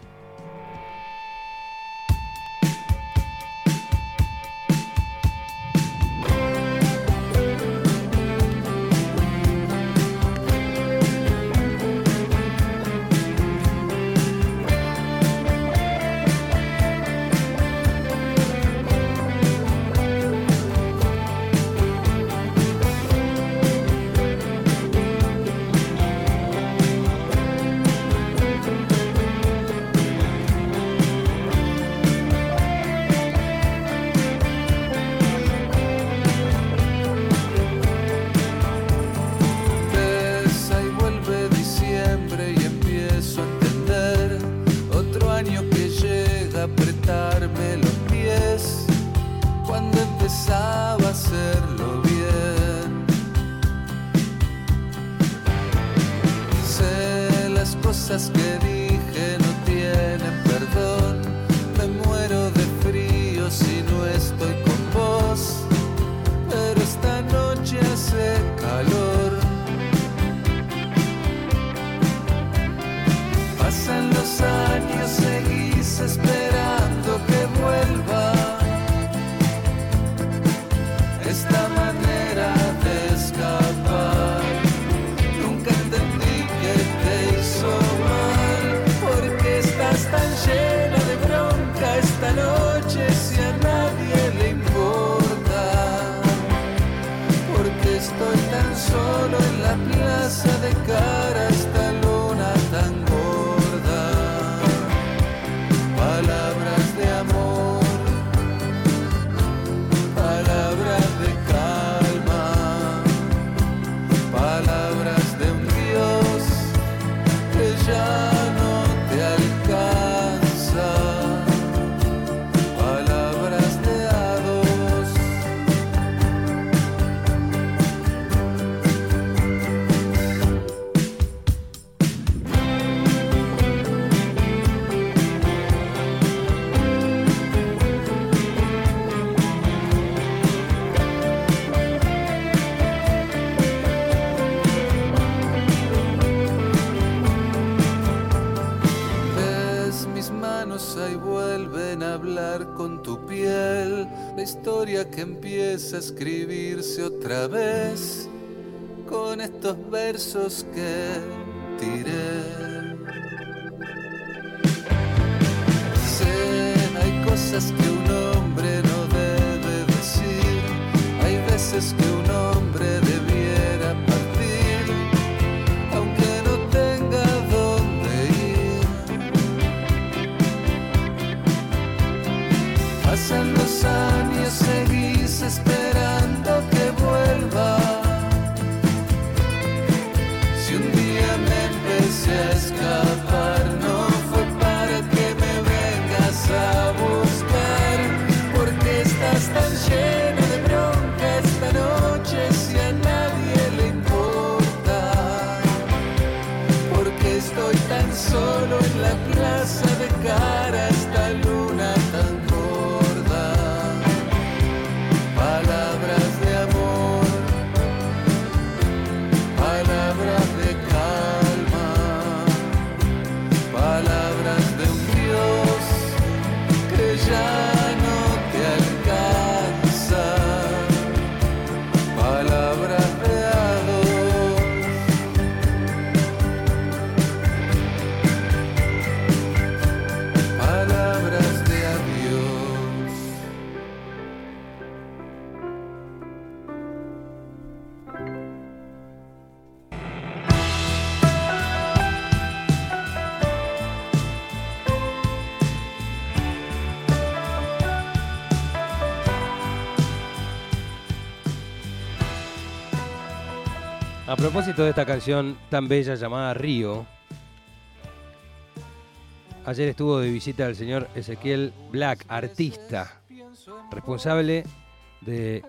Pesa y vuelve diciembre y empiezo a entender otro año que llega a apretarme los pies cuando empezaba a hacerlo bien. Sé las cosas que dije no tienen perdón, me muero de frío si no estoy con vos, pero esta noche hace calor. Pasan los años, seguís esperando que vuelva esta manera de escapar. Nunca entendí que te hizo mal, porque estás tan llena de bronca esta noche si a nadie le importa. Porque estoy tan solo en la plaza de cara a esta luna tan gorda. Palabras de amor, palabras de calma, palabras de un Dios que ya no te alcanza, palabras de a dos. Ves mis manos ahí vuelven a hablar con tu piel, la historia que empieza a escribirse otra vez con estos versos que tiré. Sé, hay cosas que un hombre no debe decir, hay veces que un hombre debiera partir, aunque no tenga dónde ir. Pasan los años, seguís esperando que vuelva. Si un día me empecé a escapar, no fue para que me vengas a buscar, porque estás tan lleno de bronca esta noche si a nadie le importa. Porque estoy tan solo en la plaza de cara a esta luna tan gorda. Palabras de amor, palabras de calma, palabras de un Dios que ya no te alcanza, palabras de a dos. A propósito de esta canción tan bella llamada Río, ayer estuvo de visita el señor Ezequiel Black, artista, responsable de...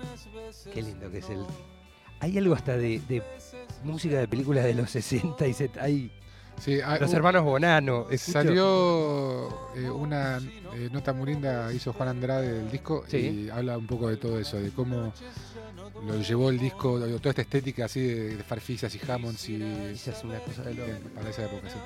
Qué lindo que es el... Hay algo hasta de, de música de películas de los sesenta y setenta. Hay Sí, ah, los uh, hermanos Bonano. ¿escucho? Salió eh, una eh, nota muy linda, hizo Juan Andrade del disco, Sí. y habla un poco de todo eso, de cómo lo llevó el disco, toda esta estética así de, de farfisas y Hammonds y Esa es una cosa de loco. bien, para esa época, sí.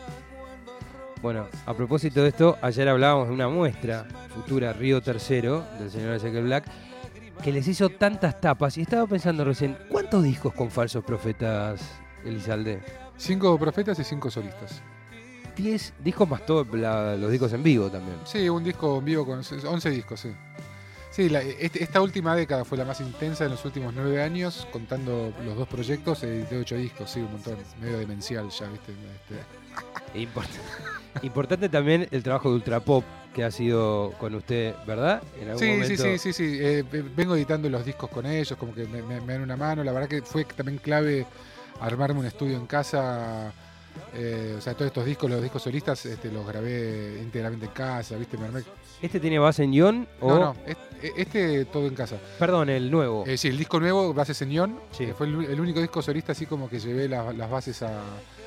Bueno, a propósito de esto, ayer hablábamos de una muestra futura Río Tercero del señor Ezequiel Black que les hizo tantas tapas y estaba pensando recién, ¿cuántos discos con Falsos Profetas, Elizalde? Cinco profetas y cinco solistas. Diez discos más todos los discos en vivo también. Sí, un disco en vivo con once discos, sí. Sí, la- este- esta última década fue la más intensa en los últimos nueve años, contando los dos proyectos, edité ocho discos, sí, un montón, medio demencial ya, ¿viste? Este, Import- Importante también el trabajo de Ultrapop que ha sido con usted, ¿verdad? En algún Sí, sí, momento. sí, sí, sí. Eh, eh, vengo editando los discos con ellos, como que me, me- me dan una mano. La verdad que fue también clave armarme un estudio en casa. Eh, o sea, todos estos discos, los discos solistas, este, los grabé íntegramente en casa, ¿viste? Me armé- ¿Este tiene base en ion o...? No, no, este, este todo en casa. Perdón, el nuevo. Eh, sí, el disco nuevo, bases en Ion, Sí. que fue el, el único disco solista así como que llevé la- las bases a,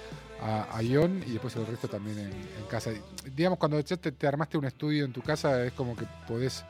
a, a Ion y después el resto también en, en casa. Y, digamos, cuando ya te, te armaste un estudio en tu casa, es como que podés,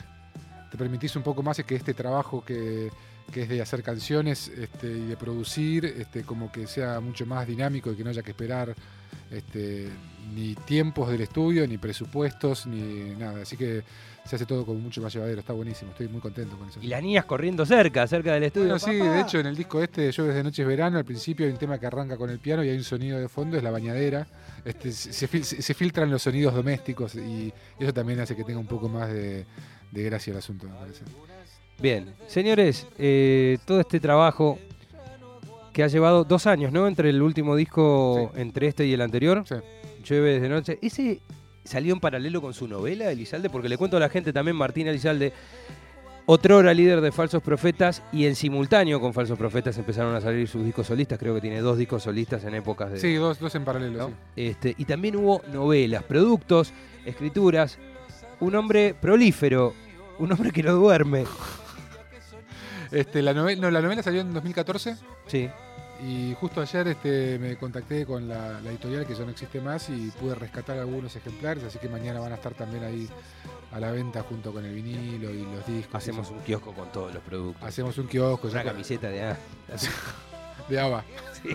te permitís un poco más que este trabajo que, que es de hacer canciones este, y de producir, este, como que sea mucho más dinámico y que no haya que esperar este, ni tiempos del estudio, ni presupuestos, ni nada. Así que se hace todo como mucho más llevadero, está buenísimo, estoy muy contento con eso. Y las niñas corriendo cerca, cerca del estudio. Bueno, sí, ¡Papá! de hecho en el disco este de Llueve de Noche es Verano, al principio hay un tema que arranca con el piano y hay un sonido de fondo, es la bañadera. Este, se, se fil- se filtran los sonidos domésticos y eso también hace que tenga un poco más de, de gracia el asunto, me parece. Bien, señores, eh, todo este trabajo que ha llevado dos años, ¿no? Entre el último disco, Sí. entre este y el anterior, Sí. Llueve desde noche. ¿Ese salió en paralelo con su novela, Elizalde? Porque le cuento a la gente también, Martín Elizalde, otrora líder de Falsos Profetas, y en simultáneo con Falsos Profetas empezaron a salir sus discos solistas. Creo que tiene dos discos solistas en épocas de... Sí, dos, dos en paralelo, ¿no? sí. Este, y también hubo novelas, productos, escrituras. Un hombre prolífero, un hombre que no duerme. Este, la, novela, no, la novela salió en dos mil catorce Sí. y justo ayer este, me contacté con la, la editorial que ya no existe más y pude rescatar algunos ejemplares, así que mañana van a estar también ahí a la venta junto con el vinilo y los discos. Hacemos un kiosco con todos los productos. Hacemos un kiosco Una ya camiseta de A. de ABBA.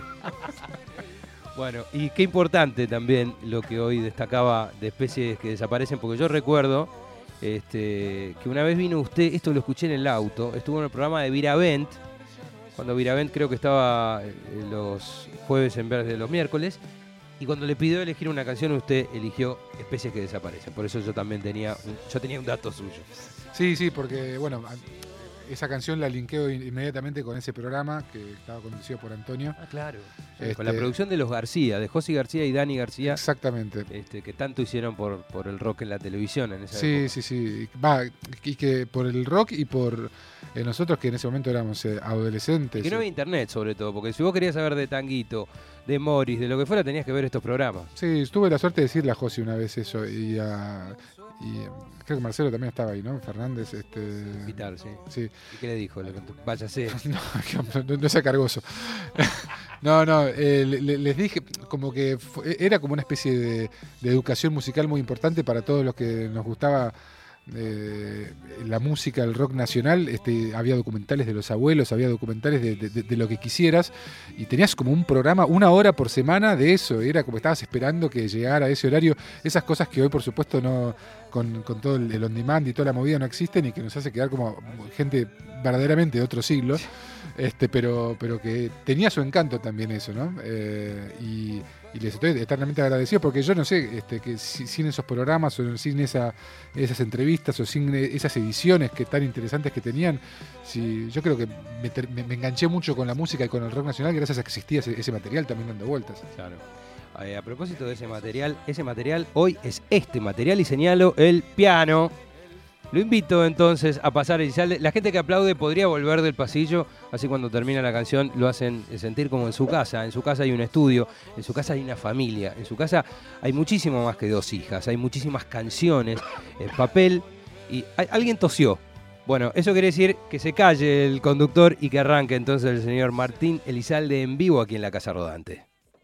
Bueno, y qué importante también lo que hoy destacaba de especies que desaparecen, porque yo recuerdo este, que una vez vino usted, esto lo escuché en el auto, estuvo en el programa de Viravent, cuando Viravent creo que estaba eh, los jueves en vez de los miércoles, y cuando le pidió elegir una canción usted eligió Especies que desaparecen. Por eso yo también tenía un, yo tenía un dato suyo. Sí, sí, porque bueno, a- esa canción la linkeo in- inmediatamente con ese programa que estaba conducido por Antonio. Ah, claro. Este- Con la producción de los García, de José García y Dani García, Exactamente. este, que tanto hicieron por, por el rock en la televisión en esa Sí, época. sí, sí. Va, y que por el rock y por eh, nosotros que en ese momento éramos eh, adolescentes. Que no había internet, sobre todo, porque si vos querías saber de Tanguito, de Morris, de lo que fuera, tenías que ver estos programas. Sí, tuve la suerte de decirle a José una vez eso y a. Y eh, creo que Marcelo también estaba ahí, ¿no? Fernández, este. Vital, sí. Sí. ¿Y qué le dijo? Le contó, váyase. No, no, no sea cargoso. No, no, eh, le- le- les dije como que fue- era como una especie de, de educación musical muy importante para todos los que nos gustaba eh, la música, el rock nacional. Este, había documentales de los abuelos, había documentales de, de- de- de lo que quisieras y tenías como un programa, una hora por semana de eso. Era como estabas esperando que llegara ese horario. Esas cosas que hoy, por supuesto, no con, con todo el, el on demand y toda la movida no existen y que nos hace quedar como gente verdaderamente de otro siglo. Este, pero, pero que tenía su encanto también eso, ¿no? Eh, y, y les estoy eternamente agradecido porque yo no sé, este, que si- sin esos programas o sin esa, esas entrevistas o sin esas ediciones que tan interesantes que tenían, si, yo creo que me, ter- me- me enganché mucho con la música y con el rock nacional gracias a que existía ese, ese material también dando vueltas. Claro. Eh, a propósito de ese material, ese material hoy es este material y señalo el piano. Lo invito entonces a pasar a Elizalde. La gente que aplaude podría volver del pasillo, así cuando termina la canción lo hacen sentir como en su casa. En su casa hay un estudio, en su casa hay una familia, en su casa hay muchísimo más que dos hijas, hay muchísimas canciones, eh, papel y hay, alguien tosió. Bueno, eso quiere decir que se calle el conductor y que arranque entonces el señor Martín Elizalde en vivo aquí en la Casa Rodante.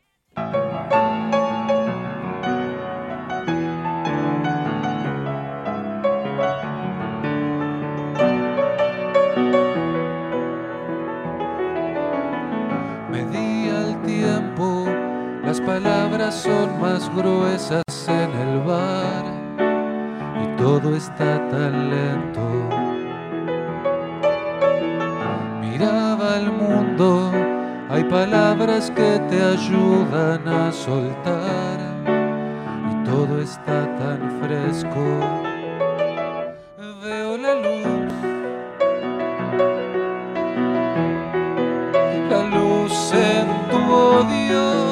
Medía el tiempo, las palabras son más gruesas en el bar y todo está tan lento. Miraba al mundo, hay palabras que te ayudan a soltar y todo está tan fresco. Veo la luz, la luz en tu odio.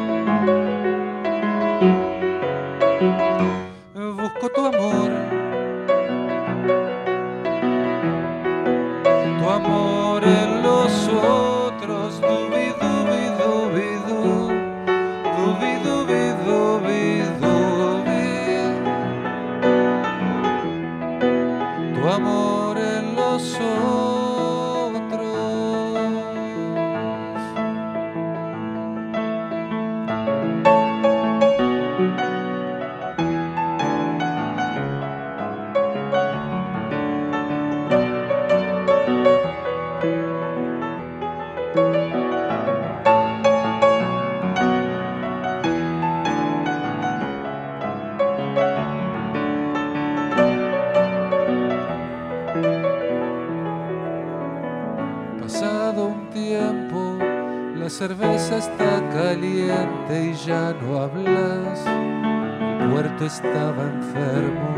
Busco tu amor, tu amor en los otros. Dubi, dubi, dubi, du. Dubi, dubi, dubi, dubi. Tu amor en los otros. Pasado un tiempo, la cerveza está caliente y ya no hablas. El puerto estaba enfermo.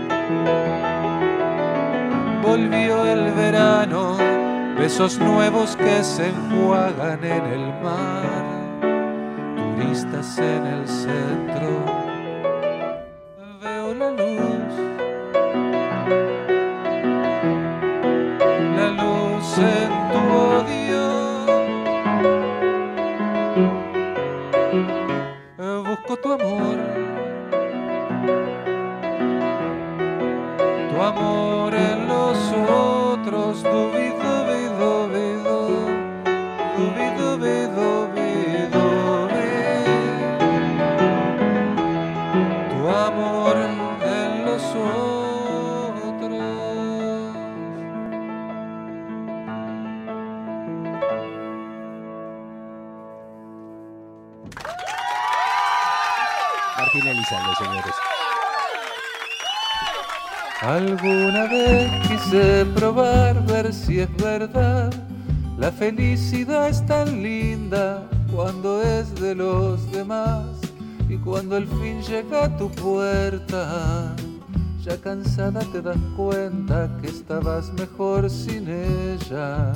Volvió el verano, besos nuevos que se enjuagan en el mar. Turistas en el centro. Veo la luz, la luz en tu odio. Busco tu amor, tu amor en los otros. Dubi, dubi, dubi, du. Dubi, dubi, dubi, dubi. Tu amor en los otros. Martín Elizalde, señores. Alguna vez quise probar, ver si es verdad. La felicidad es tan linda cuando es de los demás. Y cuando al fin llega a tu puerta, ya cansada te das cuenta que estabas mejor sin ella.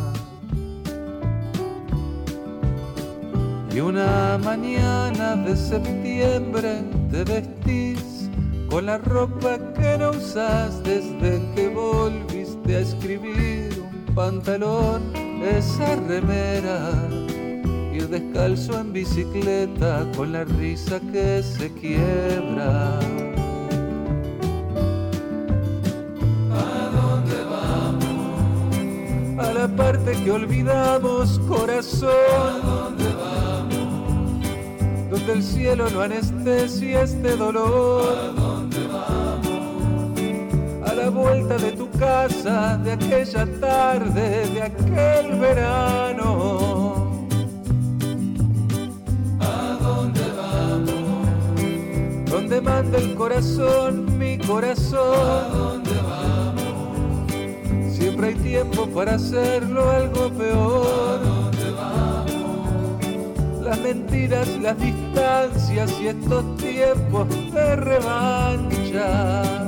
Y una mañana de septiembre te vestís con la ropa que no usás desde que volviste a escribir. Un pantalón, esa remera, ir descalzo en bicicleta con la risa que se quiebra. ¿A dónde vamos? A la parte que olvidamos, corazón. ¿A dónde vamos? Donde el cielo no anestesia este dolor. ¿A dónde vamos? A la vuelta de tu casa, de aquella tarde, de aquel verano. ¿A dónde vamos? Donde manda el corazón, mi corazón. ¿A dónde vamos? Siempre hay tiempo para hacerlo algo peor. ¿A dónde vamos? Las mentiras, las distancias y estos tiempos de revancha.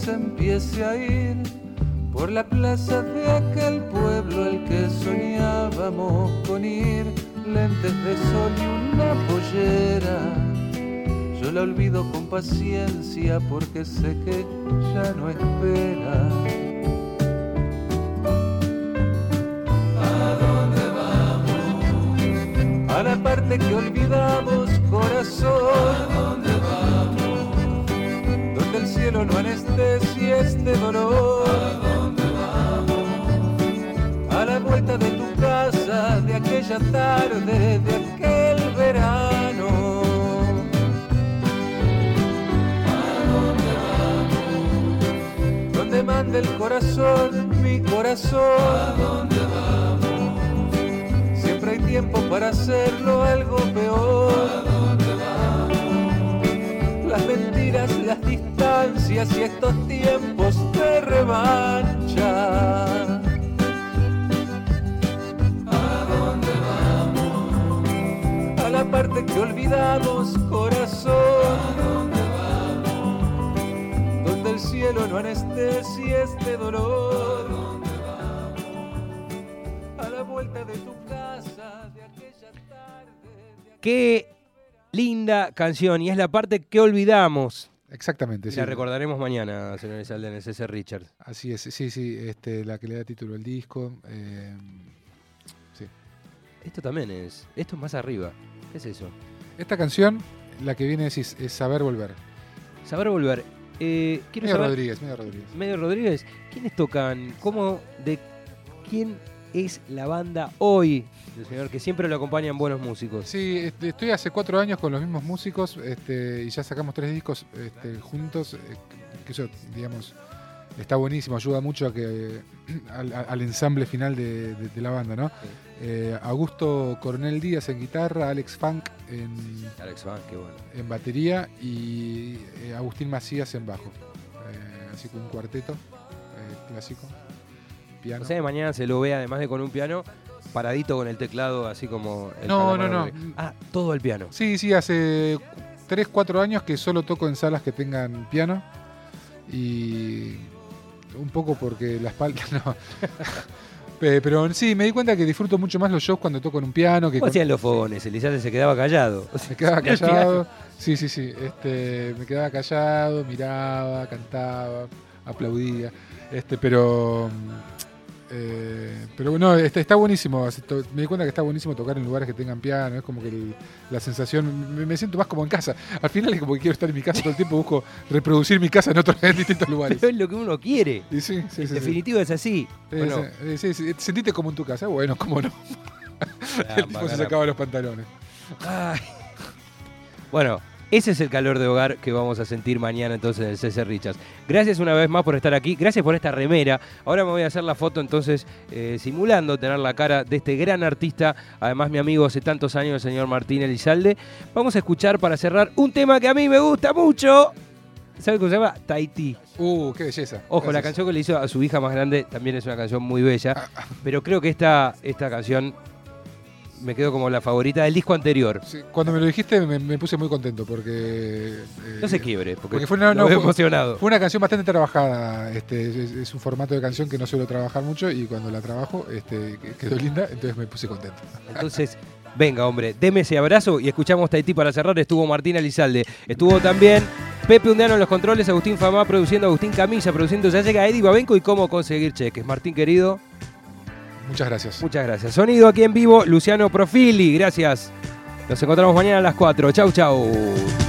se empiece a ir por la plaza de aquel pueblo al que soñábamos con ir, lentes de sol y una pollera. Yo la olvido con paciencia porque sé que ya no espera. ¿A dónde vamos? A la parte que olvidamos, corazón. ¿A dónde vamos? Donde el cielo no anestesia este dolor. ¿A dónde vamos? A la vuelta de tu casa, de aquella tarde, de aquel verano. Donde manda el corazón, mi corazón. ¿A dónde vamos? Siempre hay tiempo para hacerlo algo peor. ¿A dónde vamos? Las mentiras, las distancias y estos tiempos de revancha. ¿A dónde vamos? A la parte que olvidamos, corazón. ¿A dónde el cielo no anestesia este dolor? ¿Dónde vamos? A la vuelta de tu casa, de aquella tarde. De Qué linda canción, y es la parte que olvidamos. Exactamente, Y sí. la recordaremos mañana, señor Elizalde, en el C C Richards. Así es, sí, sí, este, la que le da título al disco. eh, sí. Esto también es. Esto es más arriba. ¿Qué es eso? Esta canción, la que viene es, es Saber Volver. Saber volver. Eh, quiero Medio saber. Rodríguez, Medio Rodríguez. Medio Rodríguez. ¿Quiénes tocan? ¿Cómo? ¿De quién es la banda hoy? El señor que siempre lo acompañan buenos músicos. Sí, este, estoy hace cuatro años con los mismos músicos este, y ya sacamos tres discos este, juntos. eh, que eso, digamos, está buenísimo, ayuda mucho a que al, al ensamble final de, de- de la banda, ¿no? Sí. Eh, Augusto Coronel Díaz en guitarra, Alex Funk en, Alex Van, qué bueno. en batería y eh, Agustín Macías en bajo. Eh, así que un cuarteto eh, clásico, piano. O sea, de mañana se lo ve, además de con un piano, paradito con el teclado, así como el No, calamar no, no. Rodríguez. Ah, todo al piano. Sí, sí, hace tres, cuatro años que solo toco en salas que tengan piano y un poco porque la espalda no. Pe- Pero sí, me di cuenta que disfruto mucho más los shows cuando toco en un piano. Que ¿Cómo con- hacían los fogones? Elizalde se quedaba callado. Me quedaba En el callado. Sí, sí, sí. Este, me quedaba callado, miraba, cantaba, aplaudía. Este, pero. eh, pero no, está, está buenísimo. Me di cuenta que está buenísimo tocar en lugares que tengan piano. Es como que el- la sensación. Me, me siento más como en casa. Al final es como que quiero estar en mi casa todo el tiempo. Busco reproducir mi casa en otros en distintos lugares. Pero es lo que uno quiere. Y sí, sí, sí. En sí. definitivo es así. Sí, ¿o no? sí, sí, sí. Sentite como en tu casa. Bueno, cómo no. Ah, El tipo se bacana. sacaba los pantalones. Ay. Bueno, ese es el calor de hogar que vamos a sentir mañana entonces en el C C Richards. Gracias una vez más por estar aquí, gracias por esta remera. Ahora me voy a hacer la foto entonces eh, simulando tener la cara de este gran artista, además mi amigo hace tantos años, el señor Martín Elizalde. Vamos a escuchar para cerrar un tema que a mí me gusta mucho. ¿Sabe cómo se llama? Tahití. Uh, qué belleza. Ojo, la Gracias. canción que le hizo a su hija más grande también es una canción muy bella, pero creo que esta, esta canción me quedó como la favorita del disco anterior. Sí, cuando me lo dijiste me, me puse muy contento porque... eh, No se quiebre, porque, porque fue una- lo no, veo fue- emocionado. Fue una canción bastante trabajada. Este, es, es un formato de canción que no suelo trabajar mucho y cuando la trabajo este, que- quedó linda, entonces me puse contento. Entonces, venga, hombre, deme ese abrazo y escuchamos Tahití para cerrar. Estuvo Martín Elizalde, estuvo también Pepe Undeano en los controles, Agustín Famá produciendo, Agustín Camilla produciendo. Ya llega Eddie Babenco y cómo conseguir cheques. Martín, querido, Muchas gracias. muchas gracias. Sonido aquí en vivo, Luciano Profili, gracias. Nos encontramos mañana a las cuatro. Chau, chau.